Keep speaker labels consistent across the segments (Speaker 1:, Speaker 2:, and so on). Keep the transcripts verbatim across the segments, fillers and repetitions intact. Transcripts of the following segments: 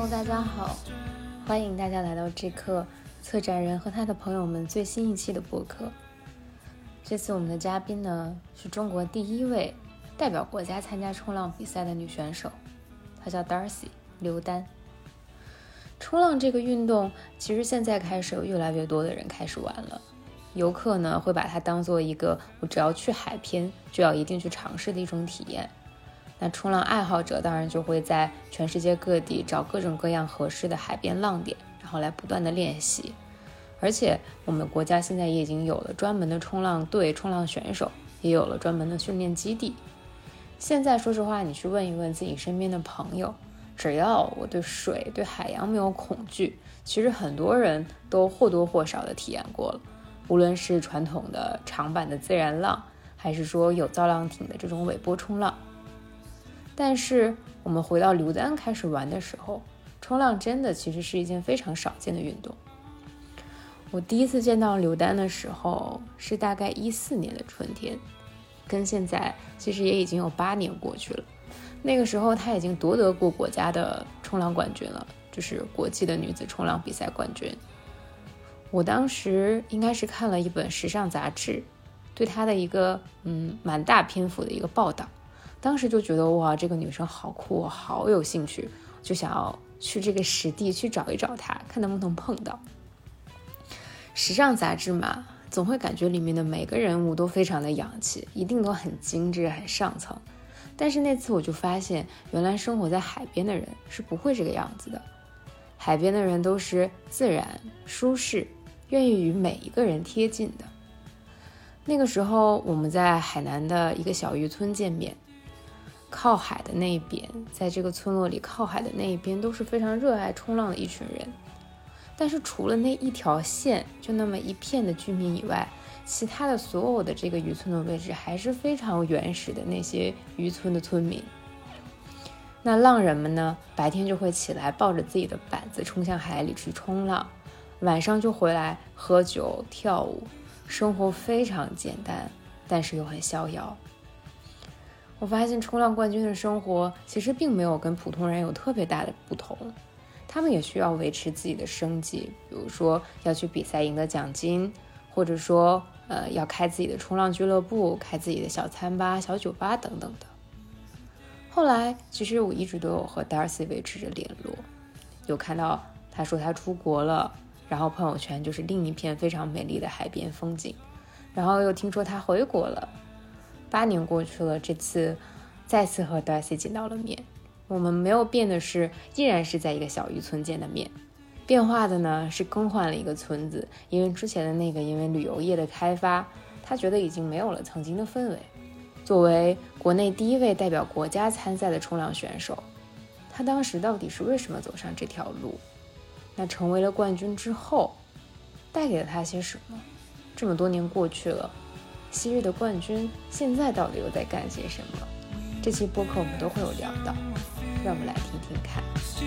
Speaker 1: Hello， 大家好，欢迎大家来到这课策展人和他的朋友们最新一期的播客。这次我们的嘉宾呢是中国第一位代表国家参加冲浪比赛的女选手，她叫 Darcy 刘丹。冲浪这个运动其实现在开始有越来越多的人开始玩了，游客呢会把它当做一个我只要去海边就要一定去尝试的一种体验。那冲浪爱好者当然就会在全世界各地找各种各样合适的海边浪点，然后来不断的练习。而且我们国家现在也已经有了专门的冲浪队、冲浪选手，也有了专门的训练基地。现在说实话，你去问一问自己身边的朋友，只要我对水、对海洋没有恐惧，其实很多人都或多或少的体验过了。无论是传统的长板的自然浪，还是说有造浪艇的这种尾波冲浪。但是我们回到刘丹开始玩的时候，冲浪真的其实是一件非常少见的运动。我第一次见到刘丹的时候是大概一四年的春天，跟现在其实也已经有八年过去了。那个时候他已经夺得过国家的冲浪冠军了，就是国际的女子冲浪比赛冠军。我当时应该是看了一本时尚杂志，对他的一个嗯蛮大篇幅的一个报道，当时就觉得哇，这个女生好酷，我好有兴趣，就想要去这个实地去找一找她，看能不能碰到。时尚杂志嘛，总会感觉里面的每个人物都非常的洋气，一定都很精致很上层。但是那次我就发现，原来生活在海边的人是不会这个样子的。海边的人都是自然舒适，愿意与每一个人贴近的。那个时候我们在海南的一个小渔村见面，靠海的那一边，在这个村落里靠海的那一边都是非常热爱冲浪的一群人。但是除了那一条线，就那么一片的居民以外，其他的所有的这个渔村的位置还是非常原始的那些渔村的村民。那浪人们呢，白天就会起来抱着自己的板子冲向海里去冲浪，晚上就回来喝酒跳舞，生活非常简单，但是又很逍遥。我发现冲浪冠军的生活其实并没有跟普通人有特别大的不同，他们也需要维持自己的生计，比如说要去比赛赢得奖金，或者说呃要开自己的冲浪俱乐部，开自己的小餐吧、小酒吧等等的。后来其实我一直都有和 Darcy 维持着联络，有看到他说他出国了，然后朋友圈就是另一片非常美丽的海边风景，然后又听说他回国了。八年过去了，这次再次和 Darcy 见到了面。我们没有变的是，依然是在一个小渔村见的面，变化的呢是更换了一个村子，因为之前的那个因为旅游业的开发，他觉得已经没有了曾经的氛围。作为国内第一位代表国家参赛的冲浪选手，他当时到底是为什么走上这条路？那成为了冠军之后，带给了他些什么？这么多年过去了，昔日的冠军现在到底又在干些什么？这期播客我们都会有聊到，让我们来听听看。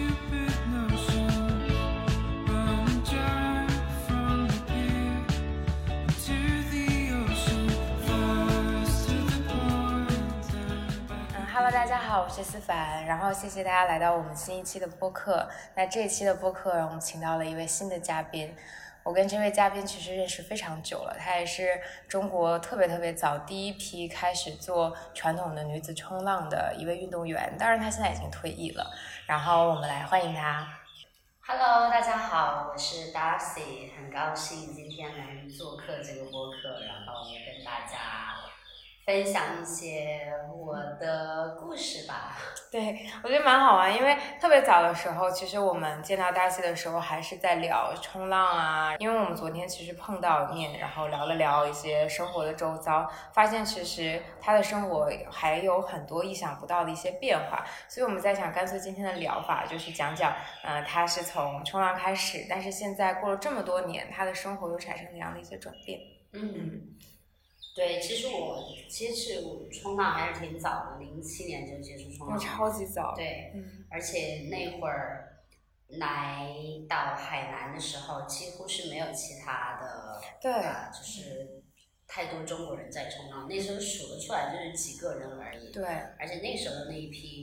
Speaker 1: 嗯 ，Hello， 大家好，我是思凡，然后谢谢大家来到我们新一期的播客。那这一期的播客，我们请到了一位新的嘉宾。我跟这位嘉宾其实认识非常久了，她也是中国特别特别早第一批开始做传统的女子冲浪的一位运动员，当然她现在已经退役了。然后我们来欢迎她。
Speaker 2: Hello， 大家好，我是 Darcy， 很高兴今天能做客这个播客，然后跟大家分享一些我的故事吧。
Speaker 1: 对，我觉得蛮好玩，因为特别早的时候，其实我们见到Darcy的时候还是在聊冲浪啊，因为我们昨天其实碰到面，然后聊了聊一些生活的周遭，发现其实他的生活还有很多意想不到的一些变化，所以我们在想，干脆今天的聊法就是讲讲，呃，他是从冲浪开始，但是现在过了这么多年，他的生活又产生怎样的一些转变？
Speaker 2: 嗯。对，其实我接触冲浪还是挺早的，零七年就接触冲浪，
Speaker 1: 超级早。
Speaker 2: 对，
Speaker 1: 嗯，
Speaker 2: 而且那会儿来到海南的时候，几乎是没有其他的，
Speaker 1: 对，
Speaker 2: 呃、就是太多中国人在冲浪，那时候数得出来就是几个人而已。
Speaker 1: 对，
Speaker 2: 而且那时候的那一批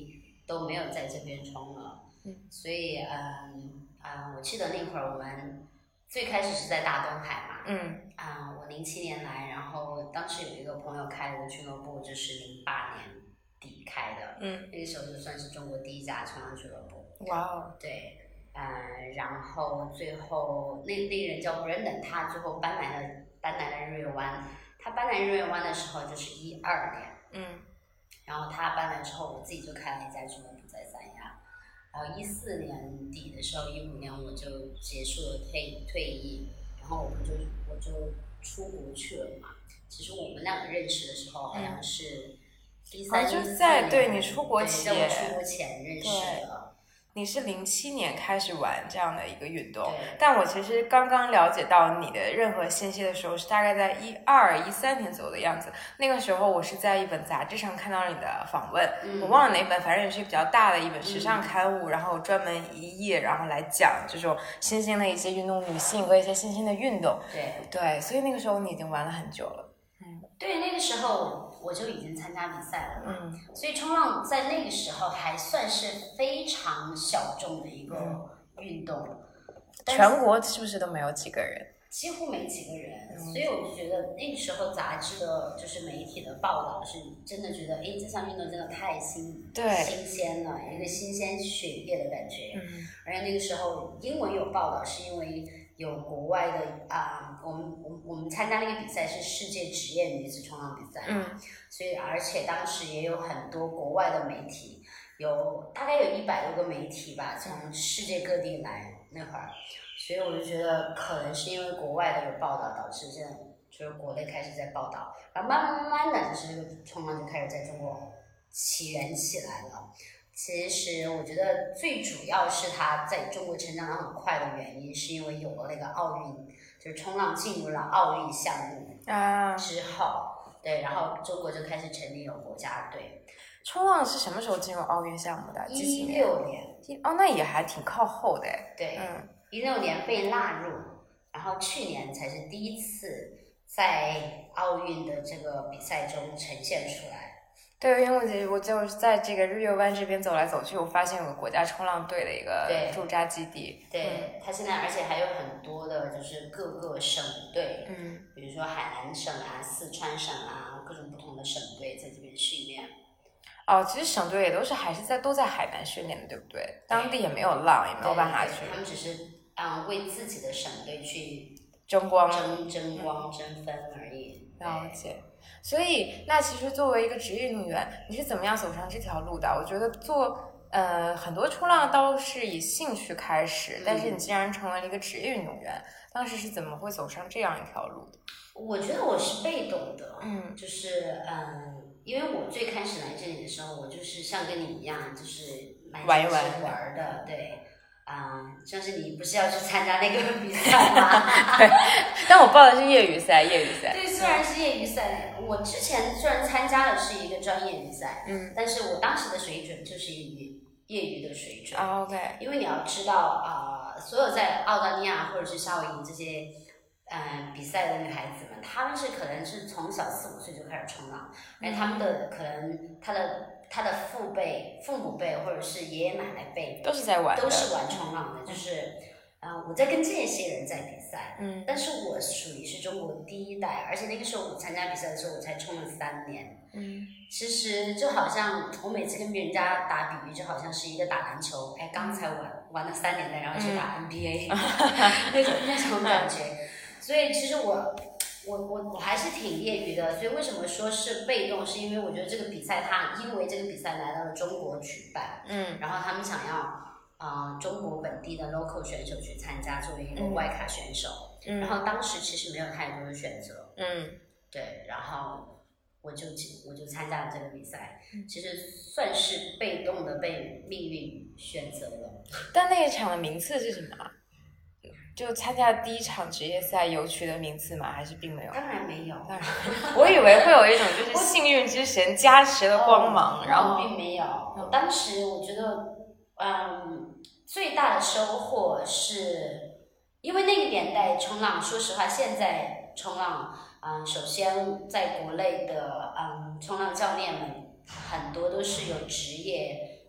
Speaker 2: 都没有在这边冲了。
Speaker 1: 嗯，
Speaker 2: 所以嗯嗯，我记得那会儿我们最开始是在大东海嘛。
Speaker 1: 嗯。
Speaker 2: 啊、嗯，我零七年来，然后当时有一个朋友开了个俱乐部，就是零八年底开的。
Speaker 1: 嗯，
Speaker 2: 那个时候就算是中国第一家冲浪俱乐部。
Speaker 1: 哇哦。
Speaker 2: 对。嗯，然后最后那那个人叫 Brendan， 他最后搬来了搬来了日月湾。他搬来日月湾的时候就是一二年。
Speaker 1: 嗯。
Speaker 2: 然后他搬来之后，我自己就开了一家俱乐部在三亚。然后一四年底的时候，一五年我就结束了退退役，然后我们就我就出国去了嘛。其实我们两个认识的时候，好像是一三一四年，
Speaker 1: 就在对你出国前，
Speaker 2: 在我出国前认识的。
Speaker 1: 你是零七年开始玩这样的一个运动，
Speaker 2: 但
Speaker 1: 我其实刚刚了解到你的任何信息的时候，是大概在一二一三年左右的样子。那个时候我是在一本杂志上看到了你的访问，
Speaker 2: 嗯、
Speaker 1: 我忘了哪本，反正也是比较大的一本时尚刊物，嗯、然后专门一页，然后来讲这种新兴的一些运动，女性和一些新兴的运动。
Speaker 2: 对
Speaker 1: 对，所以那个时候你已经玩了很久了。
Speaker 2: 嗯，对，那个时候我就已经参加比赛了嘛，
Speaker 1: 嗯，
Speaker 2: 所以冲浪在那个时候还算是非常小众的一个运动。
Speaker 1: 嗯、全国是不是都没有几个人？
Speaker 2: 几乎没几个人，嗯、所以我就觉得那个时候杂志的，就是媒体的报道是真的觉得，哎，这项运动真的太新新鲜了，一个新鲜血液的感觉。
Speaker 1: 嗯，
Speaker 2: 而且那个时候英文有报道，是因为有国外的啊、呃，我们我们我们参加那个比赛是世界职业女子冲浪比赛嘛，
Speaker 1: 嗯，
Speaker 2: 所以而且当时也有很多国外的媒体，有大概有一百多个媒体吧，从世界各地来那会儿。所以我就觉得可能是因为国外的有报道，导致现在就是国内开始在报道，然后慢慢慢慢的就是这个冲浪就开始在中国起源起来了。其实我觉得最主要是它在中国成长得很快的原因，是因为有了那个奥运，就是冲浪进入了奥运项目之后，啊、对，然后中国就开始成立了国家队。
Speaker 1: 冲浪是什么时候进入奥运项目的？
Speaker 2: 一六年。
Speaker 1: 哦，那也还挺靠后的。
Speaker 2: 对，
Speaker 1: 嗯。
Speaker 2: 一六年被纳入，然后去年才是第一次在奥运的这个比赛中呈现出来。
Speaker 1: 对，因为我就是在这个日月湾这边走来走去，我发现有个国家冲浪队的一个驻扎基地。
Speaker 2: 对，嗯、它现在而且还有很多的就是各个省队，
Speaker 1: 嗯，
Speaker 2: 比如说海南省啊、四川省啊，各种不同的省队在这边训练。
Speaker 1: 哦，其实省队也都是还是在都在海南训练的，对不对？当地也没有浪，也没有办法去。
Speaker 2: 他们只是。嗯，为自己的省队去
Speaker 1: 争光、
Speaker 2: 争争光、嗯、争分而已。
Speaker 1: 了解。所以，那其实作为一个职业运动员，你是怎么样走上这条路的？我觉得做呃很多冲浪都是以兴趣开始，嗯、但是你既然成为了一个职业运动员，当时是怎么会走上这样一条路的？
Speaker 2: 我觉得我是被动的，
Speaker 1: 嗯，
Speaker 2: 就是嗯，因为我最开始来这里的时候，我就是像跟你一样，就是
Speaker 1: 玩一玩
Speaker 2: 玩的，对。啊、嗯，像是你不是要去参加那个比赛吗？
Speaker 1: 对，但我报的是业余赛，业余赛。
Speaker 2: 对，虽然是业余赛，我之前虽然参加的是一个专业比赛，
Speaker 1: 嗯，
Speaker 2: 但是我当时的水准就是以业余的水准。
Speaker 1: 啊 ，OK。
Speaker 2: 因为你要知道啊、呃，所有在澳大利亚或者是夏威夷这些嗯、呃、比赛的女孩子们，她们是可能是从小四五岁就开始冲浪，而且她们的可能她的。他的父辈、父母辈或者是爷爷奶奶辈
Speaker 1: 都是在玩，
Speaker 2: 都是玩冲浪的，就是呃，我在跟这些人在比赛，
Speaker 1: 嗯，
Speaker 2: 但是我属于是中国第一代，而且那个时候我参加比赛的时候，我才冲了三年，
Speaker 1: 嗯，
Speaker 2: 其实就好像我每次跟别人家打比喻，就好像是一个打篮球，哎，刚才玩玩了三年的，然后去打 N B A，、嗯、那种那种感觉，所以其实我我我我还是挺业余的，所以为什么说是被动，是因为我觉得这个比赛它因为这个比赛来到了中国举办，
Speaker 1: 嗯，
Speaker 2: 然后他们想要。呃，中国本地的 local 选手去参加，作为一个外卡选手，
Speaker 1: 嗯，
Speaker 2: 然后当时其实没有太多的选择，
Speaker 1: 嗯，
Speaker 2: 对，然后我就我就参加了这个比赛，嗯、其实算是被动的被命运选择了。
Speaker 1: 但那一场的名次是什么？就参加第一场职业赛有取得名次吗？还是并没有？
Speaker 2: 当然没有，
Speaker 1: 当然，我以为会有一种就是幸运之神加持的光芒，
Speaker 2: 哦、
Speaker 1: 然后
Speaker 2: 并没有。我当时我觉得。嗯，最大的收获是，因为那个年代冲浪，说实话，现在冲浪，嗯，首先在国内的嗯冲浪教练们很多都是有职业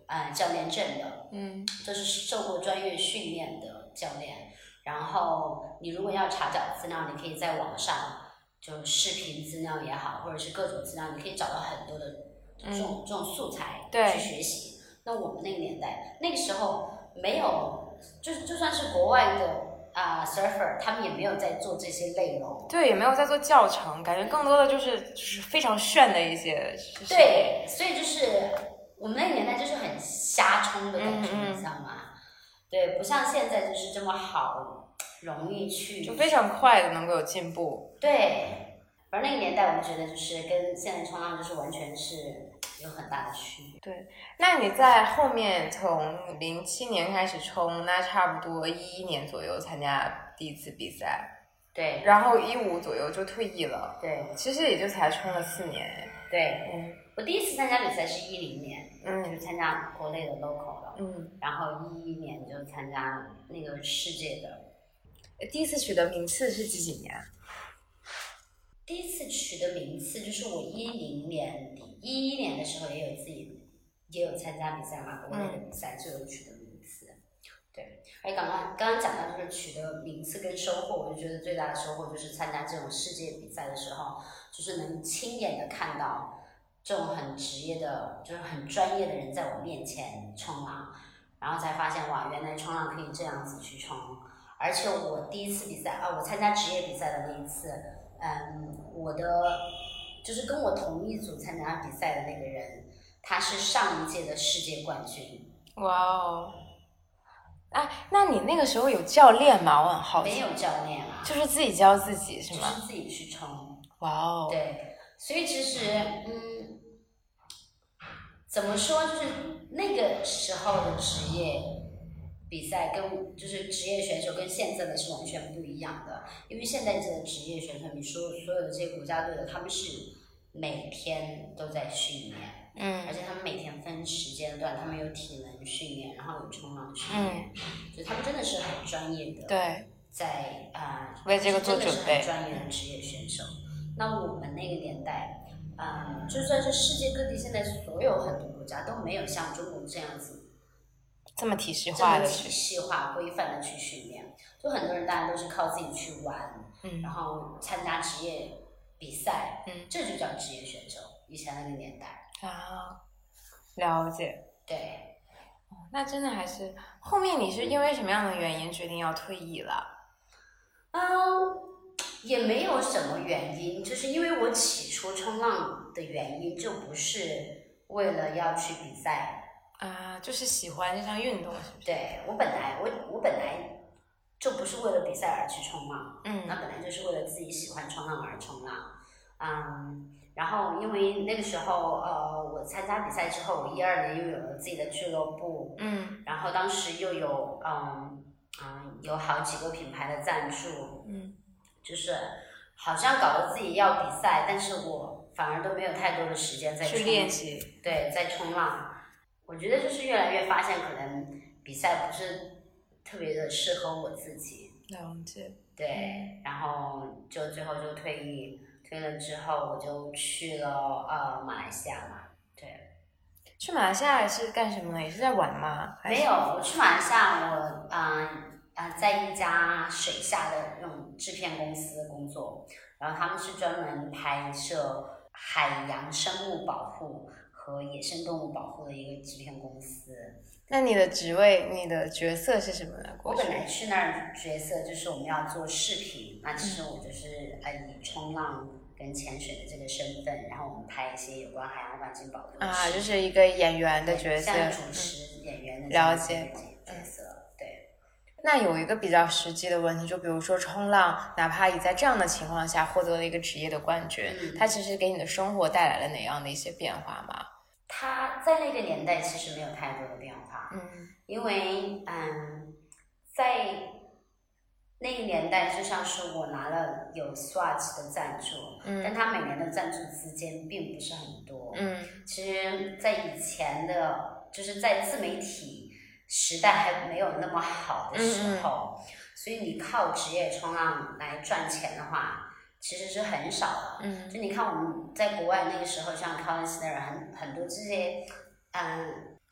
Speaker 2: 呃教练证的，
Speaker 1: 嗯，
Speaker 2: 就是受过专业训练的教练。然后你如果要查找资料，你可以在网上，就视频资料也好，或者是各种资料，你可以找到很多的这种、嗯、这种素材去学习。那我们那个年代，那个时候没有，就就算是国外的。啊、呃、，surfer 他们也没有在做这些内容，
Speaker 1: 对，也没有在做教程，感觉更多的就是就是非常炫的一些。
Speaker 2: 对，所以就是我们那个年代就是很瞎冲的感觉，嗯、你知道吗？对，不像现在就是这么好，容易去，
Speaker 1: 就非常快的能够有进步。
Speaker 2: 对，而那个年代我觉得就是跟现在冲浪就是完全是有很大的区别。
Speaker 1: 对，那你在后面从零七年开始冲，那差不多一一年左右参加第一次比赛，
Speaker 2: 对，
Speaker 1: 然后一五左右就退役了，
Speaker 2: 对，
Speaker 1: 其实也就才冲了四年，
Speaker 2: 对，嗯，我第一次参加比赛是一零年，
Speaker 1: 嗯，
Speaker 2: 就是参加国内的 local 的，
Speaker 1: 嗯，
Speaker 2: 然后一一年就参加那个世界的，
Speaker 1: 第一次取得名次是几几年？
Speaker 2: 第一次取得名次就是我一零年底，一一年的时候也有自己也有参加比赛嘛，国内的比赛就有取得名次。对，而且刚刚刚刚讲到就是取得名次跟收获，我就觉得最大的收获就是参加这种世界比赛的时候，就是能亲眼的看到这种很职业的，就是很专业的人在我面前冲浪，然后才发现哇，原来冲浪可以这样子去冲。而且我第一次比赛啊，我参加职业比赛的那一次。嗯，我的就是跟我同一组参加比赛的那个人，他是上一届的世界冠军。
Speaker 1: 哇哦！哎，那你那个时候有教练吗？我很好奇。
Speaker 2: 没有教练啊，
Speaker 1: 就是自己教自己是吗？
Speaker 2: 就是自己去冲。
Speaker 1: 哇哦！
Speaker 2: 对，所以其实嗯，怎么说，就是那个时候的职业比赛跟就是职业选手跟现在的是完全不一样的，因为现在这个职业选手，你说所有的这些国家队的，他们是每天都在训练，
Speaker 1: 嗯，
Speaker 2: 而且他们每天分时间段，他们有体能训练，然后有冲浪训练，嗯，所以他们真的是很专业的，
Speaker 1: 对，
Speaker 2: 在啊、呃、
Speaker 1: 为这个做准备，
Speaker 2: 真的是很专业的职业选手。那我们那个年代，嗯，就算是世界各地现在所有很多国家都没有像中国这样子。
Speaker 1: 这么体系化的，
Speaker 2: 这么体系化、规范的去训练，就很多人大家都是靠自己去玩，
Speaker 1: 嗯，然
Speaker 2: 后参加职业比赛，
Speaker 1: 嗯，
Speaker 2: 这就叫职业选手。以前那个年代
Speaker 1: 啊，了解。
Speaker 2: 对，
Speaker 1: 那真的还是后面你是因为什么样的原因决定要退役了？
Speaker 2: 嗯，也没有什么原因，就是因为我起初冲浪的原因就不是为了要去比赛。
Speaker 1: 啊，就是喜欢这项运动，是不是？
Speaker 2: 对，我本来我我本来就不是为了比赛而去冲浪，
Speaker 1: 嗯，
Speaker 2: 那本来就是为了自己喜欢冲浪而冲浪，嗯，然后因为那个时候呃，我参加比赛之后，我一二年又有了自己的俱乐部，
Speaker 1: 嗯，
Speaker 2: 然后当时又有嗯嗯有好几个品牌的赞助，
Speaker 1: 嗯，
Speaker 2: 就是好像搞得自己要比赛，但是我反而都没有太多的时间在
Speaker 1: 去练习，
Speaker 2: 对，在冲浪。我觉得就是越来越发现，可能比赛不是特别的适合我自己。
Speaker 1: 了解。
Speaker 2: 对，然后就最后就退役，退了之后我就去了呃马来西亚嘛。对。
Speaker 1: 去马来西亚是干什么呢？也是在玩吗？
Speaker 2: 没有，我去马来西亚，我嗯啊、呃、在一家水下的那种制片公司工作，然后他们是专门拍摄海洋生物保护和野生动物保护的一个制片公司。
Speaker 1: 那你的职位、你的角色是什么呢？
Speaker 2: 我本来去那儿角色就是我们要做视频，那其实我就是呃以冲浪跟潜水的这个身份，然后我们拍一些有关海洋环境保护的
Speaker 1: 啊，就是一个演员的角色，
Speaker 2: 像主持、嗯、演员的
Speaker 1: 了解
Speaker 2: 角色。对。
Speaker 1: 那有一个比较实际的问题，就比如说冲浪，哪怕你在这样的情况下获得了一个职业的冠军，
Speaker 2: 嗯、
Speaker 1: 它其实给你的生活带来了哪样的一些变化吗？
Speaker 2: 它在那个年代其实没有太多的变化，
Speaker 1: 嗯，
Speaker 2: 因为嗯，在那个年代就像是我拿了有 Swatch 的赞助，
Speaker 1: 嗯，
Speaker 2: 但它每年的赞助资金并不是很多，
Speaker 1: 嗯，
Speaker 2: 其实，在以前的，就是在自媒体时代还没有那么好的时候，
Speaker 1: 嗯嗯，
Speaker 2: 所以你靠职业冲浪来赚钱的话，其实是很少的。
Speaker 1: 嗯，
Speaker 2: 就你看我们在国外那个时候，像 Colin Snyder 很很多这些，嗯，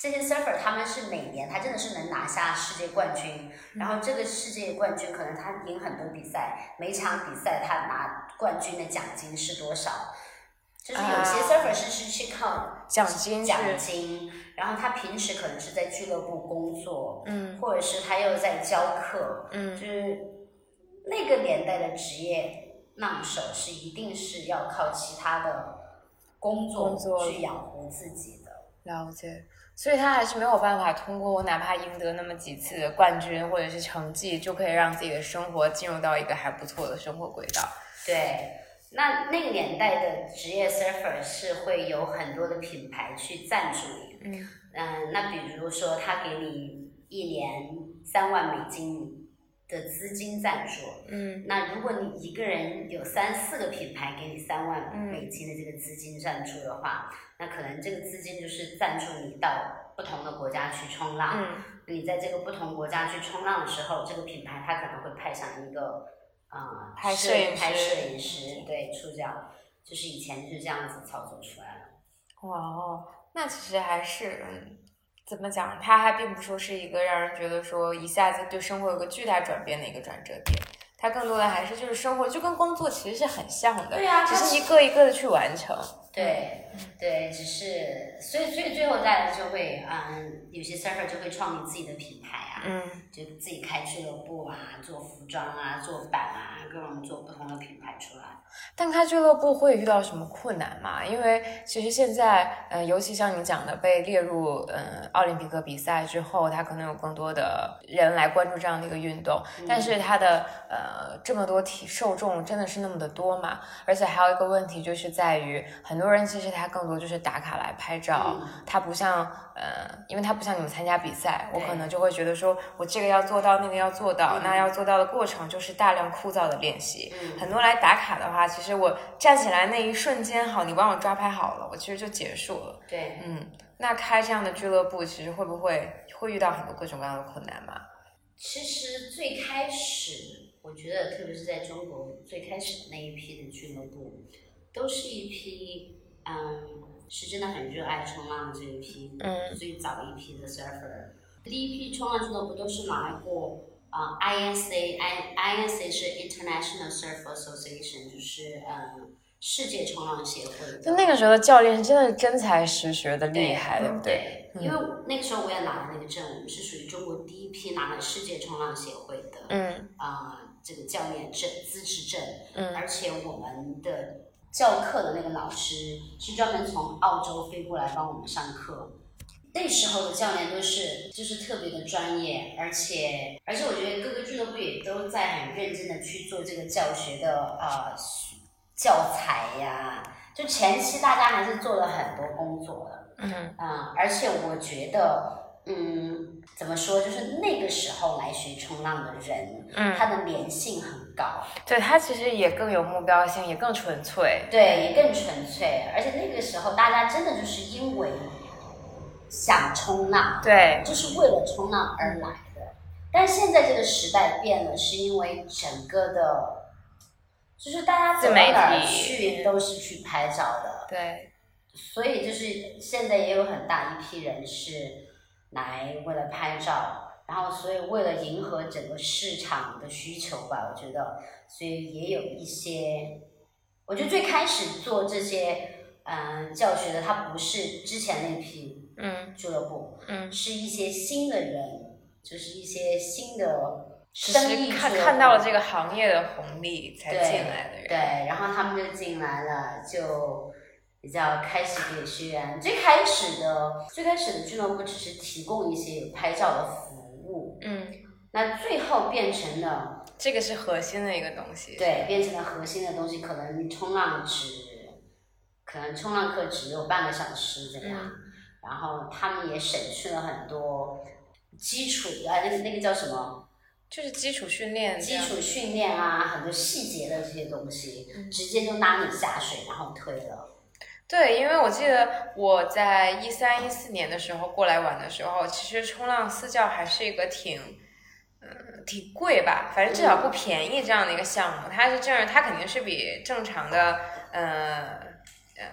Speaker 2: 这些 surfer 他们是每年他真的是能拿下世界冠军，然后这个世界冠军可能他赢很多比赛，每场比赛他拿冠军的奖金是多少？就是有些 surfer 是是去靠
Speaker 1: 奖金
Speaker 2: 奖金，然后他平时可能是在俱乐部工作，
Speaker 1: 嗯，
Speaker 2: 或者是他又在教课，
Speaker 1: 嗯，
Speaker 2: 就是那个年代的职业浪手是一定是要靠其他的工作去养活自己的。
Speaker 1: 了解，所以他还是没有办法通过我哪怕赢得那么几次冠军或者是成绩，就可以让自己的生活进入到一个还不错的生活轨道。
Speaker 2: 对。那那个年代的职业 surfer 是会有很多的品牌去赞助你，
Speaker 1: 嗯
Speaker 2: 嗯，那比如说他给你一年三万美金的资金赞助，
Speaker 1: 嗯，
Speaker 2: 那如果你一个人有三四个品牌给你三万美金的这个资金赞助的话，嗯、那可能这个资金就是赞助你到不同的国家去冲浪，
Speaker 1: 嗯，
Speaker 2: 你在这个不同国家去冲浪的时候，这个品牌它可能会派上一个。啊、嗯，
Speaker 1: 拍摄影师，
Speaker 2: 拍摄影师，对，出教，就是以前就是这样子操作出来的。
Speaker 1: 哇哦，那其实还是，嗯，怎么讲？它还并不说是一个让人觉得说一下子对生活有个巨大转变的一个转折点，它更多的还是就是生活就跟工作其实是很像的，
Speaker 2: 对啊，
Speaker 1: 只是一个一个的去完成。
Speaker 2: 对对，只是所以所以最后大家就会嗯，有些 surfer 就会创立自己的品牌啊，
Speaker 1: 嗯，
Speaker 2: 就自己开俱乐部啊，做服装啊，做板啊，各种做不同的品牌出来。
Speaker 1: 但开俱乐部会遇到什么困难吗？因为其实现在，呃，尤其像你讲的，被列入呃奥林匹克比赛之后，它可能有更多的人来关注这样的一个运动，
Speaker 2: 嗯、
Speaker 1: 但是它的呃这么多体受众真的是那么的多嘛？而且还有一个问题就是在于，很多人其实他更多就是打卡来拍照，
Speaker 2: 嗯、
Speaker 1: 他不像呃，因为他不像你们参加比赛，我可能就会觉得说我这个要做到，那个要做到，
Speaker 2: 嗯、
Speaker 1: 那要做到的过程就是大量枯燥的练习。
Speaker 2: 嗯、
Speaker 1: 很多来打卡的话，其实我站起来那一瞬间，好，你帮我抓拍好了，我其实就结束了。
Speaker 2: 对，
Speaker 1: 嗯，那开这样的俱乐部，其实会不会会遇到很多各种各样的困难吗？
Speaker 2: 其实最开始，我觉得特别是在中国最开始的那一批的俱乐部，都是一批嗯，是真的很热爱冲浪的这一批，
Speaker 1: 嗯，
Speaker 2: 最早一批的 surfer。第一批冲浪俱乐部都是拿过啊、呃、I S A I I S A 是 International Surf Association， 就是嗯世界冲浪协会。
Speaker 1: 就那个时候的教练真的是真才实学的厉害，对不
Speaker 2: 对？对，因为那个时候我也拿了那个证，我们是属于中国第一批拿了世界冲浪协会的，
Speaker 1: 嗯
Speaker 2: 啊、呃、这个教练证资质证，
Speaker 1: 嗯，
Speaker 2: 而且我们的教课的那个老师是专门从澳洲飞过来帮我们上课。那时候的教练都是就是特别的专业，而且而且我觉得各个俱乐部也都在很认真的去做这个教学的呃教材呀，就前期大家还是做了很多工作的，
Speaker 1: 嗯
Speaker 2: 嗯，而且我觉得嗯怎么说，就是那个时候来学冲浪的人，
Speaker 1: 嗯，
Speaker 2: 他的粘性很高，
Speaker 1: 对，他其实也更有目标性，也更纯粹，
Speaker 2: 对，也更纯粹，而且那个时候大家真的就是因为想冲浪，
Speaker 1: 对，
Speaker 2: 就是为了冲浪而来的。但是现在这个时代变了，是因为整个的，就是大家走到哪儿去都是去拍照的，
Speaker 1: 对，
Speaker 2: 所以就是现在也有很大一批人是来为了拍照，然后所以为了迎合整个市场的需求吧，我觉得，所以也有一些，我觉得最开始做这些嗯、呃、教学的，他不是之前那批。
Speaker 1: 嗯，
Speaker 2: 俱乐部，
Speaker 1: 嗯，
Speaker 2: 是一些新的人，就是一些新的生意
Speaker 1: 看看到了这个行业的红利才进来的人，
Speaker 2: 对，对，然后他们就进来了，就比较开始给学员。最开始的最开始的俱乐部只是提供一些有拍照的服务，
Speaker 1: 嗯，
Speaker 2: 那最后变成了
Speaker 1: 这个是核心的一个东西，
Speaker 2: 对，变成了核心的东西，可能冲浪只，可能冲浪课只有半个小时这样。嗯，然后他们也省去了很多基础啊，那个那个叫什么？
Speaker 1: 就是基础训练。
Speaker 2: 基础训练啊，很多细节的这些东西，嗯、直接就拉你下水，然后推了。
Speaker 1: 对，因为我记得我在一三一四年的时候过来玩的时候，其实冲浪私教还是一个挺，嗯，挺贵吧，反正至少不便宜这样的一个项目。嗯、它是这样，它肯定是比正常的，呃。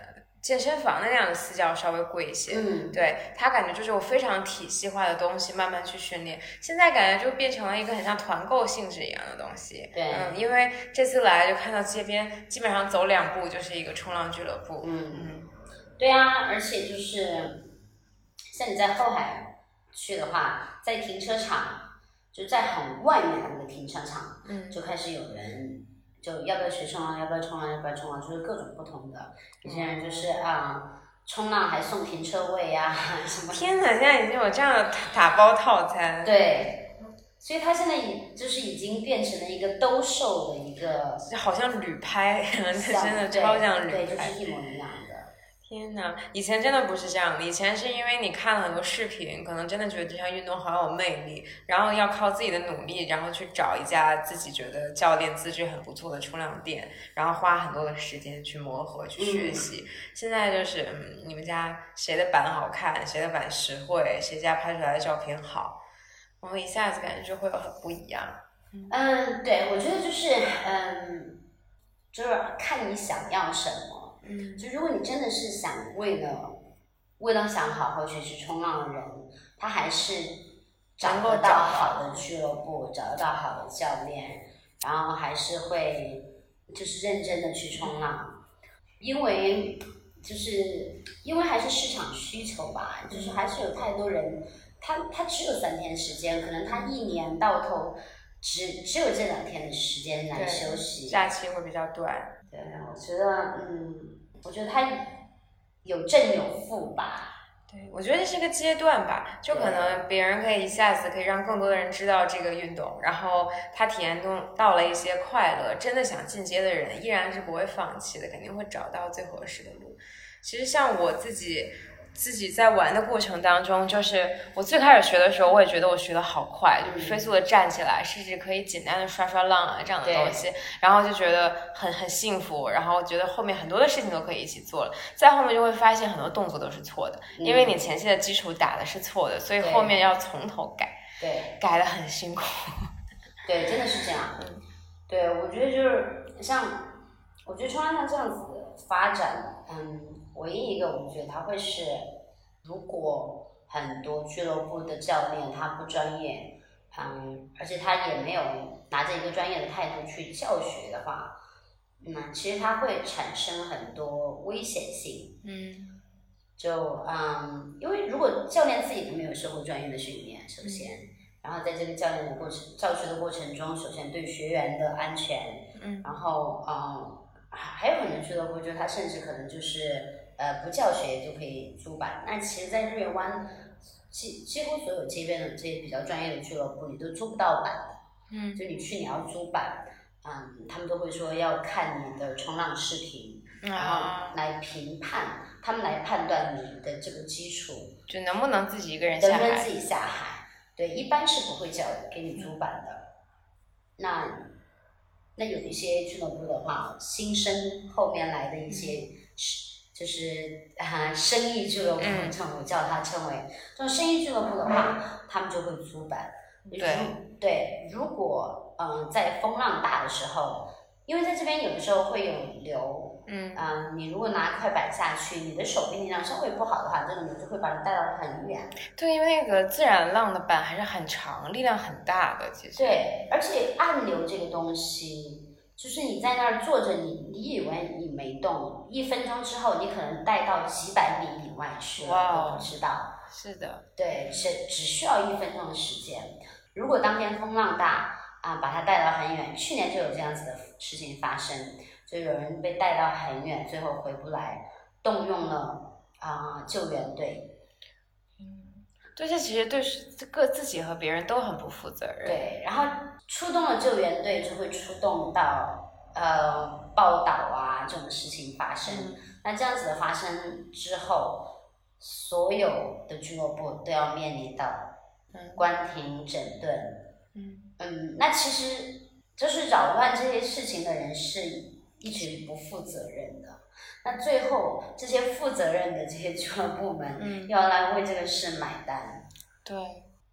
Speaker 3: 健身房的那样的私教稍微贵一些，
Speaker 2: 嗯，
Speaker 3: 对，他感觉就是有非常体系化的东西慢慢去训练，现在感觉就变成了一个很像团购性质一样的东西，
Speaker 2: 对，
Speaker 3: 嗯，因为这次来就看到街边基本上走两步就是一个冲浪俱乐部，
Speaker 2: 嗯
Speaker 3: 嗯，
Speaker 2: 对啊，而且就是像你在后海去的话，在停车场就在很外面的那个停车场，
Speaker 3: 嗯，
Speaker 2: 就开始有人就要不要学冲浪，要不要冲浪，要不要冲浪，就是各种不同的。有些人就是啊，冲浪还送停车位啊什么。
Speaker 3: 天哪，现在已经有这样的打包套餐。
Speaker 2: 对，所以它现在已就是已经变成了一个兜售的一个，
Speaker 3: 好像旅拍，真的超像旅拍。
Speaker 2: 对，就是一模一样的。
Speaker 3: 天哪，以前真的不是这样的，以前是因为你看了很多视频，可能真的觉得这项运动好有魅力，然后要靠自己的努力，然后去找一家自己觉得教练资质很不错的冲浪店，然后花很多的时间去磨合、去学习。嗯、现在就是，嗯，你们家谁的板好看，谁的板实惠，谁家拍出来的照片好，然后一下子感觉就会有很不一样。
Speaker 2: 嗯，对，我觉得就是，嗯，就是看你想要什么。
Speaker 3: 嗯，
Speaker 2: 就如果你真的是想为了为了想好好学习冲浪的人，他还是找得到好的俱乐部，找得到好的教练，然后还是会就是认真的去冲浪，因为就是因为还是市场需求吧，就是还是有太多人，他他只有三天时间，可能他一年到头只只有这两天的时间来休息，
Speaker 3: 假期会比较短。
Speaker 2: 对，我觉得，嗯，我觉得他有正有负吧。
Speaker 3: 对，我觉得这是个阶段吧，就可能别人可以一下子可以让更多的人知道这个运动，然后他体验中到了一些快乐，真的想进阶的人依然是不会放弃的，肯定会找到最合适的路。其实像我自己。自己在玩的过程当中，就是我最开始学的时候，我也觉得我学的好快，就是飞速的站起来，甚至可以简单的刷刷浪啊这样的东西，然后就觉得很很幸福，然后觉得后面很多的事情都可以一起做了。再后面就会发现很多动作都是错的，因为你前期的基础打的是错的，所以后面要从头改，
Speaker 2: 对，
Speaker 3: 改得很辛苦。
Speaker 2: 对，真的是这样。嗯，对，我觉得就是像，我觉得冲浪像这样子的发展，嗯。唯一一个，我觉得他会是，如果很多俱乐部的教练他不专业，嗯，而且他也没有拿着一个专业的态度去教学的话，嗯，其实他会产生很多危险性。
Speaker 3: 嗯，
Speaker 2: 就嗯，因为如果教练自己都没有受过专业的训练，首先，嗯、然后在这个教练的过程、教学的过程中，首先对学员的安全，
Speaker 3: 嗯，
Speaker 2: 然后嗯，还有很多俱乐部，就是他甚至可能就是。呃，不教学就可以租板。那其实，在日月湾，几几乎所有街边的这些比较专业的俱乐部，你都租不到板的。
Speaker 3: 嗯。
Speaker 2: 就你去，你要租板，嗯，他们都会说要看你的冲浪视频，
Speaker 3: 嗯、
Speaker 2: 然后来评判，他们来判断你的这个基础，
Speaker 3: 就能不能自己一个人下海。
Speaker 2: 能不能自己下海？对，一般是不会叫给你租板的。嗯、那那有一些俱乐部的话，新生后面来的一些。嗯就是啊，生意俱乐部，
Speaker 3: 嗯、
Speaker 2: 我叫它称为这种生意俱乐部的话，他们就会租板。
Speaker 3: 对
Speaker 2: 对，如果嗯在风浪大的时候，因为在这边有的时候会有流，
Speaker 3: 嗯，
Speaker 2: 呃、你如果拿块板下去，你的手臂力量稍微不好的话，这个流就会把你带到很远。
Speaker 3: 对，因为那个自然浪的板还是很长，力量很大的，其实。
Speaker 2: 对，而且暗流这个东西。就是你在那儿坐着，你你以为你没动，一分钟之后你可能带到几百米以外去了，
Speaker 3: 哇，
Speaker 2: 都不知道。
Speaker 3: 是的。
Speaker 2: 对，是只需要一分钟的时间。如果当天风浪大啊，把它带到很远，去年就有这样子的事情发生，就有人被带到很远，最后回不来，动用了啊、呃、救援队。
Speaker 3: 嗯，对，这其实对这个自己和别人都很不负责任。
Speaker 2: 对，然后出动了救援队，就会出动到呃报道啊这种事情发生。嗯、那这样子的发生之后，所有的俱乐部都要面临到关停整顿。
Speaker 3: 嗯
Speaker 2: 嗯，那其实就是扰乱这些事情的人是一群不负责任的。那最后这些负责任的这些俱乐部们，
Speaker 3: 嗯，
Speaker 2: 要来为这个事买单。
Speaker 3: 对。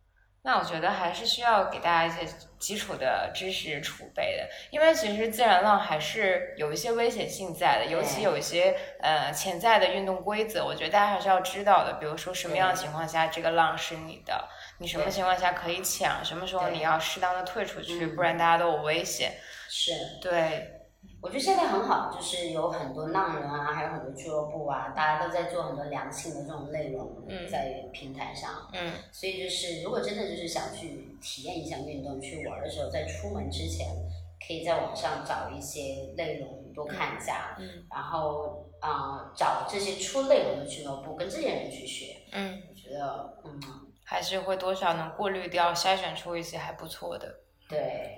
Speaker 3: 那我觉得还是需要给大家一些基础的知识储备的，因为其实自然浪还是有一些危险性在的，尤其有一些呃潜在的运动规则，我觉得大家还是要知道的。比如说什么样的情况下这个浪是你的，你什么情况下可以抢，什么时候你要适当的退出去，不然大家都有危险。
Speaker 2: 是，
Speaker 3: 对。
Speaker 2: 我觉得现在很好，就是有很多浪人啊，还有很多俱乐部啊，大家都在做很多良性的这种内容在平台上。
Speaker 3: 嗯，
Speaker 2: 所以就是如果真的就是想去体验一项运动，去玩的时候，在出门之前，可以在网上找一些内容多看一下，
Speaker 3: 嗯，
Speaker 2: 然后啊、呃、找这些出内容的俱乐部，跟这些人去学。
Speaker 3: 嗯，
Speaker 2: 我觉得嗯
Speaker 3: 还是会多少能过滤掉、筛选出一些还不错的。
Speaker 2: 对。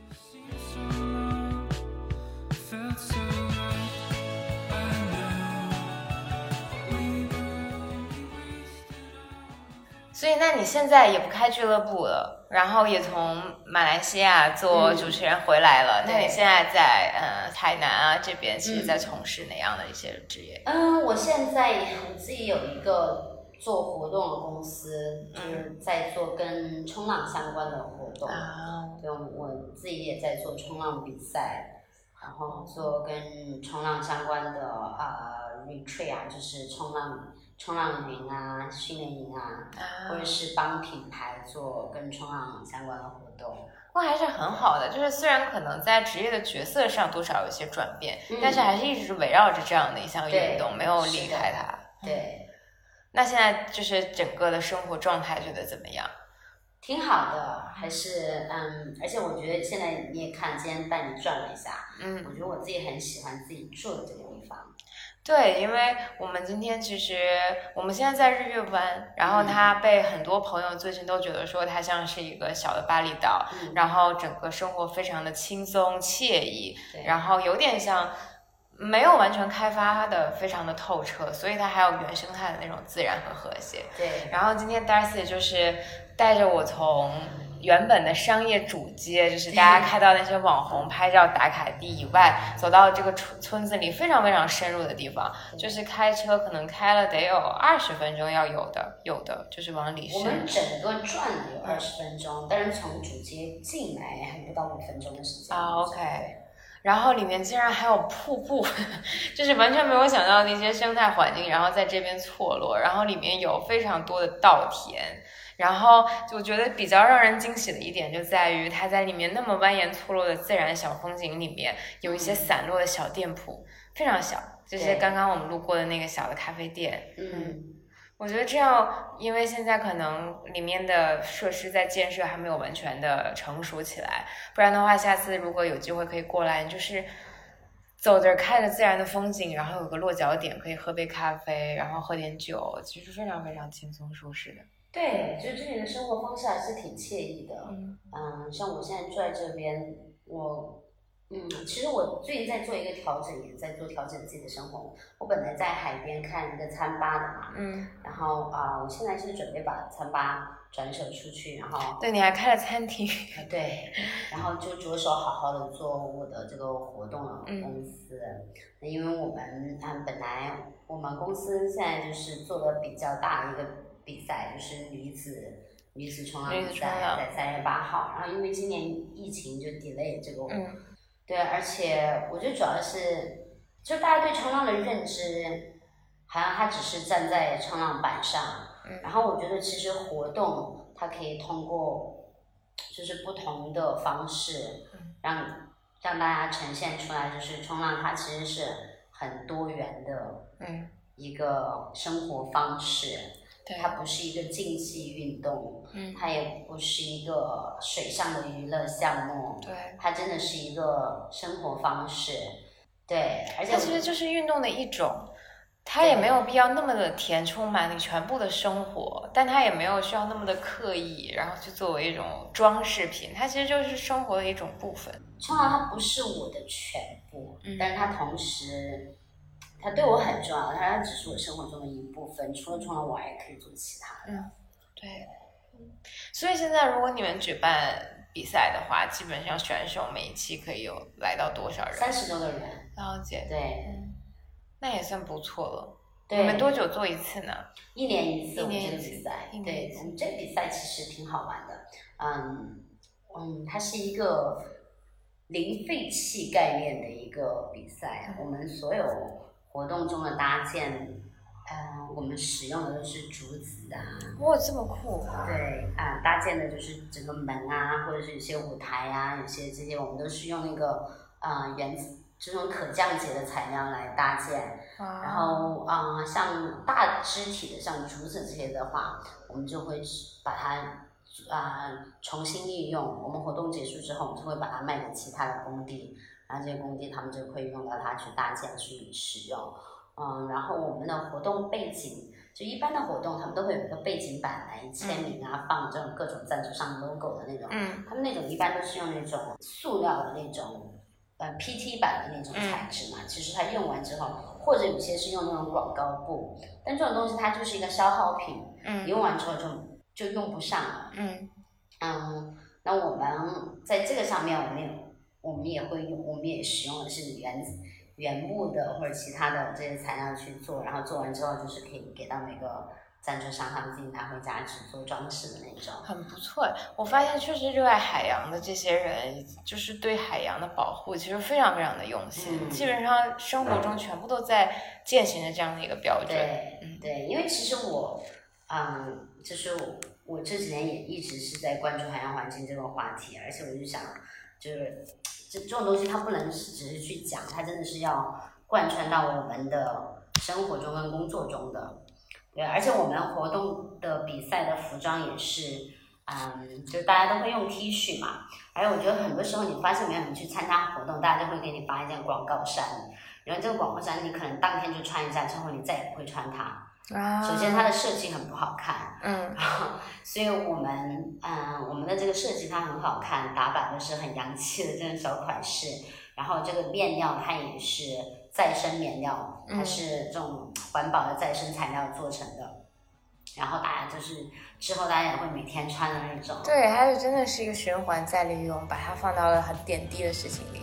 Speaker 3: 所以那你现在也不开俱乐部了，然后也从马来西亚做主持人回来了、嗯、那你现在在呃台南啊这边其实在从事哪样的一些职业？
Speaker 2: 嗯，我现在我自己有一个做活动的公司，就是在做跟冲浪相关的活动。啊、对，我自己也在做冲浪比赛，然后做跟冲浪相关的呃 retreat 啊，就是冲浪冲浪营啊、训练营啊，啊或者是帮品牌做跟冲浪相关的活动。
Speaker 3: 哇，还是很好的，就是虽然可能在职业的角色上多少有些转变、嗯，但是还是一直围绕着这样的一项运动，没有离开它。
Speaker 2: 对。
Speaker 3: 那现在就是整个的生活状态觉得怎么样？
Speaker 2: 挺好的，还是嗯，而且我觉得现在你也看，今天带你转了一下，嗯，我觉得我自己很喜欢自己住的这个地方。
Speaker 3: 对，因为我们今天其实我们现在在日月湾，然后它被很多朋友最近都觉得说它像是一个小的巴厘岛、嗯，然后整个生活非常的轻松惬意，然后有点像没有完全开发的非常的透彻，所以它还有原生态的那种自然和和谐。
Speaker 2: 对。
Speaker 3: 然后今天 Darcy 就是带着我从原本的商业主街，就是大家看到那些网红拍照打卡地以外，走到这个村子里非常非常深入的地方，就是开车可能开了得有二十分钟要有的，有的就是往里深。
Speaker 2: 我们整个转了有二十分钟，但是从主街进来还不到五分钟的时间。
Speaker 3: 啊、oh, ，OK。然后里面竟然还有瀑布，就是完全没有想到的一些生态环境，然后在这边错落，然后里面有非常多的稻田，然后我觉得比较让人惊喜的一点就在于它在里面那么蜿蜒错落的自然小风景里面，有一些散落的小店铺，非常小，就是刚刚我们路过的那个小的咖啡店。
Speaker 2: 嗯，
Speaker 3: 我觉得这样，因为现在可能里面的设施在建设还没有完全的成熟起来，不然的话下次如果有机会可以过来，就是走着看着自然的风景，然后有个落脚点可以喝杯咖啡，然后喝点酒，其实非常非常轻松舒适的。
Speaker 2: 对，就这里的生活方式还是挺惬意的。嗯，嗯，像我现在住在这边，我嗯，其实我最近在做一个调整，也在做调整自己的生活。我本来在海边看一个餐吧的嘛，嗯，然后啊、呃，我现在是准备把餐吧转手出去，然后
Speaker 3: 对，你还开了餐厅，
Speaker 2: 对，然后就着手好好的做我的这个活动的公司。嗯、因为我们嗯本来我们公司现在就是做的比较大的一个比赛，就是女子。女子冲浪比赛在三月八号，然后因为今年疫情就 delay 这个，嗯，对，而且我觉得主要是，就大家对冲浪的认知，好像它只是站在冲浪板上，嗯，然后我觉得其实活动它可以通过，就是不同的方式，让让大家呈现出来，就是冲浪它其实是很多元的，嗯，一个生活方式。它不是一个竞技运动，嗯，它也不是一个水上的娱乐项目，
Speaker 3: 对，
Speaker 2: 它真的是一个生活方式，对，而且
Speaker 3: 它其实就是运动的一种，它也没有必要那么的填充满你全部的生活，但它也没有需要那么的刻意，然后去作为一种装饰品，它其实就是生活的一种部分。
Speaker 2: 冲浪它不是我的全部，嗯，但是它同时。它对我很重要，它只是我生活中的一部分。除了冲浪，我还可以做其他的。
Speaker 3: 嗯，对。所以现在，如果你们举办比赛的话，基本上选手每一期可以有来到多少人？
Speaker 2: 三十多个人。
Speaker 3: 了解。
Speaker 2: 对、
Speaker 3: 嗯，那也算不错了。 你们多久做一次呢？
Speaker 2: 一年一次，
Speaker 3: 一年
Speaker 2: 我们这个比赛，对，我们这个比赛其实挺好玩的，嗯嗯，它是一个零废弃概念的一个比赛，我们所有活动中的搭建。呃，我们使用的都是竹子啊，
Speaker 3: 哇，这么酷！
Speaker 2: 对啊、呃，搭建的就是整个门啊，或者是有些舞台啊，有些这些我们都是用那个呃原这种可降解的材料来搭建。
Speaker 3: 啊、
Speaker 2: 然后啊、呃，像大肢体的，像竹子这些的话，我们就会把它啊、呃、重新利用。我们活动结束之后，我们就会把它卖给其他的工地，然后这些工地他们就可以用到它去搭建去使用。嗯，然后我们的活动背景，就一般的活动，他们都会有一个背景板来签名啊，嗯、放这种各种赞助商 logo 的那种。
Speaker 3: 嗯。
Speaker 2: 他们那种一般都是用那种塑料的那种，呃 P T 板的那种材质嘛。嗯、其实它用完之后，或者有些是用那种广告布，但这种东西它就是一个消耗品，嗯，用完之后就就用不上了。嗯。嗯，那我们在这个上面，我们也我们也会用，我们也使用的是原子。原木的或者其他的这些材料去做，然后做完之后就是可以给到每个赞助商，他们自己拿回家去做装饰的那种。
Speaker 3: 很不错，我发现确实热爱海洋的这些人，就是对海洋的保护其实非常非常的用心，嗯、基本上生活中全部都在践行着这样的一个标准。
Speaker 2: 对，嗯、对，因为其实我，嗯，就是我我这几年也一直是在关注海洋环境这个话题，而且我就想，就是。这这种东西它不能是只是去讲，它真的是要贯穿到我们的生活中跟工作中的。对，而且我们活动的比赛的服装也是，嗯，就大家都会用 T 恤嘛。而且我觉得很多时候你发现没有，你去参加活动，大家都会给你发一件广告衫，然后这个广告衫你可能当天就穿一下，之后你再也不会穿它。
Speaker 3: 啊、
Speaker 2: 首先它的设计很不好看，
Speaker 3: 嗯，
Speaker 2: 所以我们嗯我们的这个设计它很好看，打版都是很洋气的这种小款式，然后这个面料它也是再生面料，它是这种环保的再生材料做成的，然后大家就是之后大家也会每天穿的那种。
Speaker 3: 对，它就真的是一个循环再利用，把它放到了很点滴的事情里。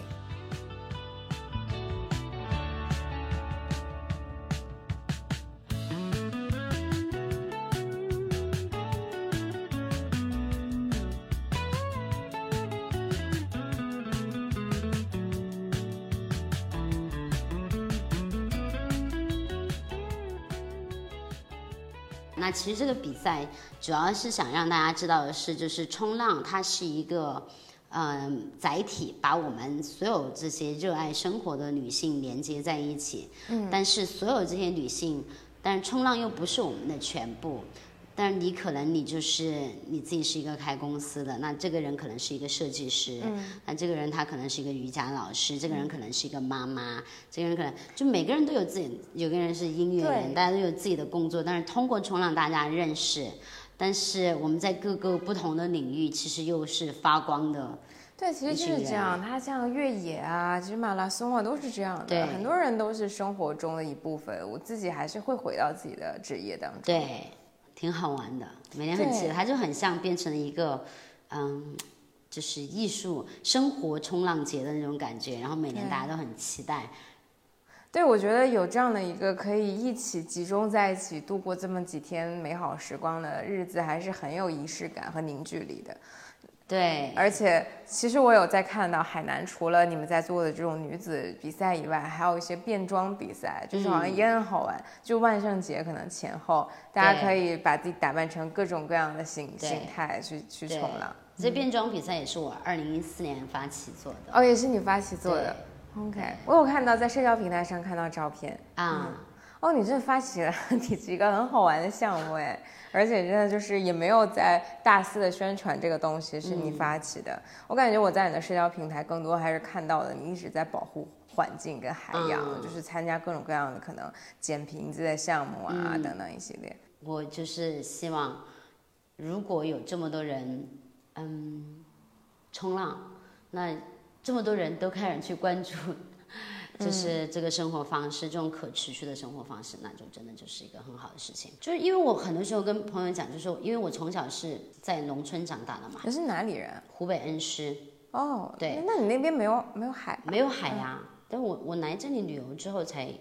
Speaker 2: 那其实这个比赛主要是想让大家知道的是，就是冲浪它是一个嗯载体，把我们所有这些热爱生活的女性连接在一起。嗯，但是所有这些女性，但是冲浪又不是我们的全部。但是你可能你就是你自己是一个开公司的，那这个人可能是一个设计师，嗯，那这个人他可能是一个瑜伽老师，这个人可能是一个妈妈，这个人可能就每个人都有自己，有个人是音乐人，大家都有自己的工作，但是通过冲浪大家认识，但是我们在各个不同的领域其实又是发光的。
Speaker 3: 对，其实就是这样。它像越野啊，其实马拉松啊都是这样的。很多人都是生活中的一部分。我自己还是会回到自己的职业当中。
Speaker 2: 对。挺好玩的，每年很期待，它就很像变成了一个，嗯，就是艺术生活冲浪节的那种感觉，然后每年大家都很期待。
Speaker 3: 对，我觉得有这样的一个可以一起集中在一起度过这么几天美好时光的日子，还是很有仪式感和凝聚力的。
Speaker 2: 对，
Speaker 3: 而且其实我有在看到海南除了你们在做的这种女子比赛以外，还有一些变装比赛，就是好像也很好玩。嗯、就万圣节可能前后，大家可以把自己打扮成各种各样的形形态去去冲浪。
Speaker 2: 这变装比赛也是我二零一四年发起做的。
Speaker 3: 哦，也是你发起做的。OK， 我有看到在社交平台上看到照片
Speaker 2: 啊。
Speaker 3: 嗯哦，你这发起了几个很好玩的项目哎，而且真的就是也没有在大肆的宣传这个东西，是你发起的。嗯、我感觉我在你的社交平台更多还是看到了你一直在保护环境跟海洋，嗯、就是参加各种各样的可能捡瓶子的项目啊、嗯、等等一系列。
Speaker 2: 我就是希望，如果有这么多人，嗯，冲浪，那这么多人都开始去关注。就是这个生活方式，这种可持续的生活方式，那就真的就是一个很好的事情。就是因为我很多时候跟朋友讲，就是说，因为我从小是在农村长大的嘛。
Speaker 3: 你是哪里人？
Speaker 2: 湖北恩施。
Speaker 3: 哦，
Speaker 2: 对。
Speaker 3: 那你那边没有没有海？
Speaker 2: 没有海呀、啊。嗯、但我我来这里旅游之后才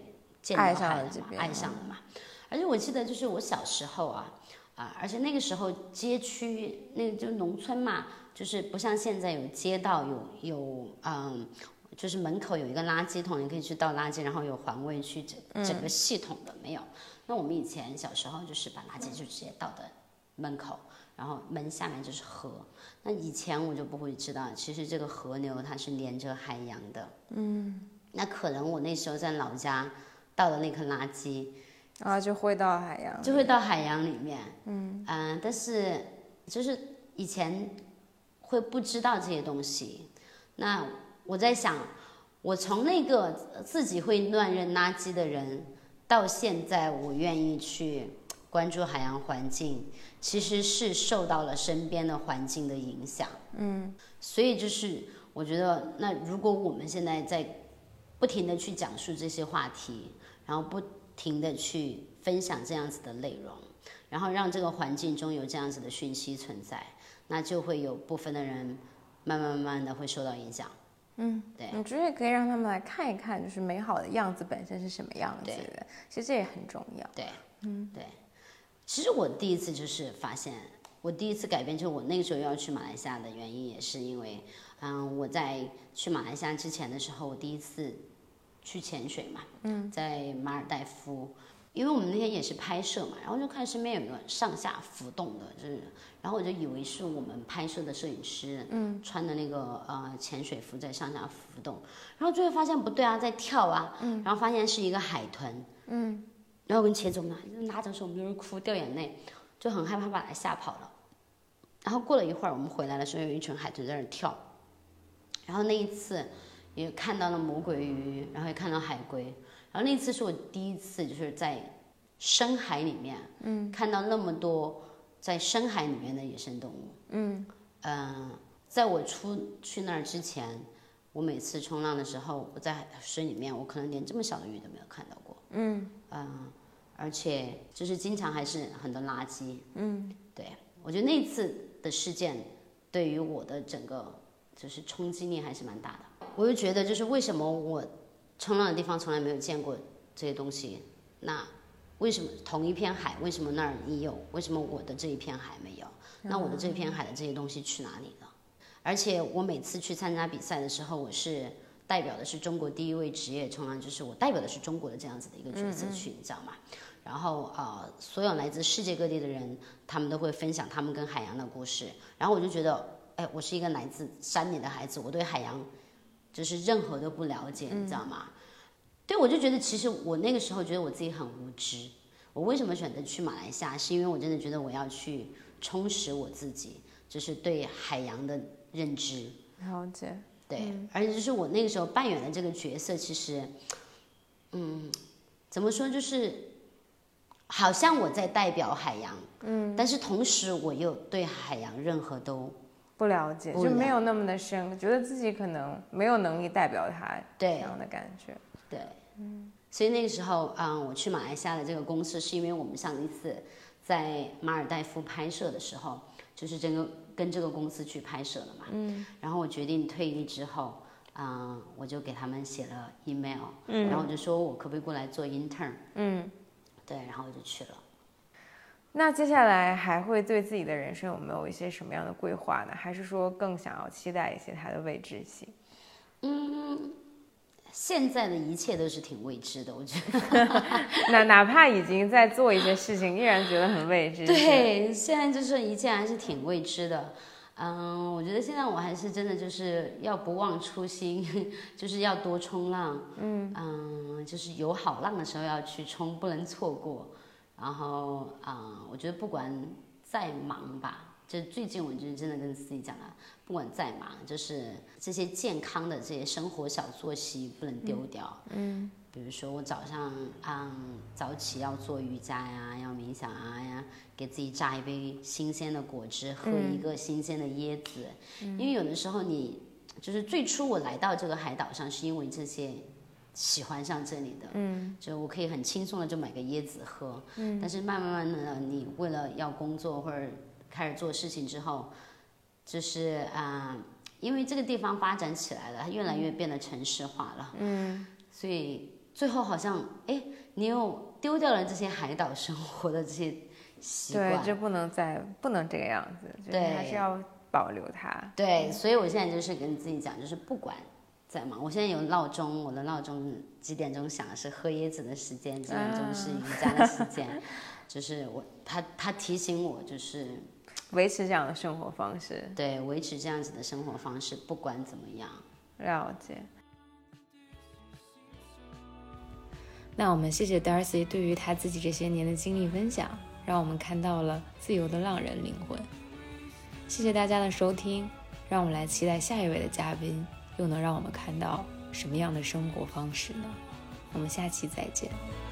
Speaker 2: 见到海了嘛，
Speaker 1: 爱上了这边，
Speaker 2: 爱上了嘛。而且我记得就是我小时候啊啊，而且那个时候街区那个就农村嘛，就是不像现在有街道有有嗯。就是门口有一个垃圾桶，你可以去倒垃圾，然后有环卫区整整个系统的、嗯、没有。那我们以前小时候就是把垃圾就直接倒在门口，然后门下面就是河。那以前我就不会知道，其实这个河流它是连着海洋的。
Speaker 1: 嗯。
Speaker 2: 那可能我那时候在老家倒的那颗垃圾，
Speaker 1: 啊，就会到海洋，
Speaker 2: 就会到海洋里面。
Speaker 1: 嗯
Speaker 2: 嗯、呃，但是就是以前会不知道这些东西。那我在想，我从那个自己会乱扔垃圾的人，到现在我愿意去关注海洋环境，其实是受到了身边的环境的影响。
Speaker 1: 嗯，
Speaker 2: 所以就是我觉得，那如果我们现在在不停的去讲述这些话题，然后不停的去分享这样子的内容，然后让这个环境中有这样子的讯息存在，那就会有部分的人慢慢慢慢的会受到影响。
Speaker 1: 嗯，
Speaker 2: 对，
Speaker 1: 我觉得也可以让他们来看一看，就是美好的样子本身是什么样子的。其实这也很重要。
Speaker 2: 对，
Speaker 1: 嗯，
Speaker 2: 对。其实我第一次就是发现，我第一次改变，就是我那个时候要去马来西亚的原因，也是因为，嗯，我在去马来西亚之前的时候，我第一次去潜水嘛，
Speaker 1: 嗯，
Speaker 2: 在马尔代夫。因为我们那天也是拍摄嘛，然后就看身边有一个上下浮动的，就是，然后我就以为是我们拍摄的摄影师，嗯，穿的那个呃潜水服在上下浮动，然后就会发现不对啊，在跳啊，嗯，然后发现是一个海豚，嗯，然后跟茄总呢拿着手，我们就是哭掉眼泪，就很害怕把它吓跑了。然后过了一会儿，我们回来的时候有一群海豚在那儿跳，然后那一次也看到了魔鬼鱼，然后也看到海龟。然后那次是我第一次就是在深海里面，嗯，看到那么多在深海里面的野生动物，嗯，呃，在我出去那儿之前，我每次冲浪的时候，我在水里面，我可能连这么小的鱼都没有看到过，嗯，呃，而且就是经常还是很多垃圾，嗯，对，我觉得那次的事件对于我的整个就是冲击力还是蛮大的。我就觉得就是为什么我冲浪的地方从来没有见过这些东西，那为什么同一片海，为什么那儿你有，为什么我的这一片海没有？那我的这片海的这些东西去哪里了？而且我每次去参加比赛的时候，我是代表的是中国第一位职业冲浪，就是我代表的是中国的这样子的一个角色去，你知道吗？然后呃，所有来自世界各地的人，他们都会分享他们跟海洋的故事，然后我就觉得，哎，我是一个来自山里的孩子，我对海洋就是任何都不了解，你知道吗？对，我就觉得其实我那个时候觉得我自己很无知。我为什么选择去马来西亚？是因为我真的觉得我要去充实我自己，就是对海洋的认知。
Speaker 1: 了解。
Speaker 2: 对，
Speaker 1: 嗯、
Speaker 2: 而且就是我那个时候扮演的这个角色，其实，嗯，怎么说，就是好像我在代表海洋，嗯，但是同时我又对海洋任何都
Speaker 1: 不了解，就没有那么的深，觉得自己可能没有能力代表他这样的感觉。
Speaker 2: 对，嗯，所以那个时候，嗯，我去马来西亚的这个公司，是因为我们上一次在马尔代夫拍摄的时候，就是这个跟这个公司去拍摄了嘛，嗯，然后我决定退役之后，嗯，我就给他们写了 email，嗯，然后我就说我可不可以过来做 intern，嗯，对，然后我就去了。
Speaker 1: 那接下来还会对自己的人生有没有一些什么样的规划呢？还是说更想要期待一些它的未知性？
Speaker 2: 嗯，现在的一切都是挺未知的，我觉得。
Speaker 1: 哪哪怕已经在做一些事情，依然觉得很未知。
Speaker 2: 对，现在就是一切还是挺未知的。嗯，我觉得现在我还是真的就是要不忘初心，就是要多冲浪。嗯嗯，就是有好浪的时候要去冲，不能错过。然后啊、嗯，我觉得不管再忙吧，就最近我就真的跟自己讲了，不管再忙，就是这些健康的这些生活小作息不能丢掉。嗯，嗯比如说我早上嗯早起要做瑜伽呀，要冥想啊呀，给自己榨一杯新鲜的果汁，喝一个新鲜的椰子。嗯、因为有的时候你就是最初我来到这个海岛上是因为这些。喜欢上这里的，嗯，就我可以很轻松的就买个椰子喝，嗯，但是慢慢慢的，你为了要工作或者开始做事情之后，就是啊、呃，因为这个地方发展起来了，它越来越变得城市化了，嗯，所以最后好像哎，你又丢掉了这些海岛生活的这些习惯，
Speaker 1: 对，就不能再不能这个样子，就是还是要保留它。
Speaker 2: 对，所以我现在就是跟自己讲，就是不管在忙，我现在有闹钟，我的闹钟几点钟响是喝椰子的时间，几点钟是瑜伽的时间，啊、就是我他他提醒我，就是
Speaker 1: 维持这样的生活方式。
Speaker 2: 对，维持这样子的生活方式，不管怎么样。
Speaker 1: 了解。那我们谢谢 Darcy 对于他自己这些年的经历分享，让我们看到了自由的浪人灵魂。谢谢大家的收听，让我们来期待下一位的嘉宾又能让我们看到什么样的生活方式呢？我们下期再见。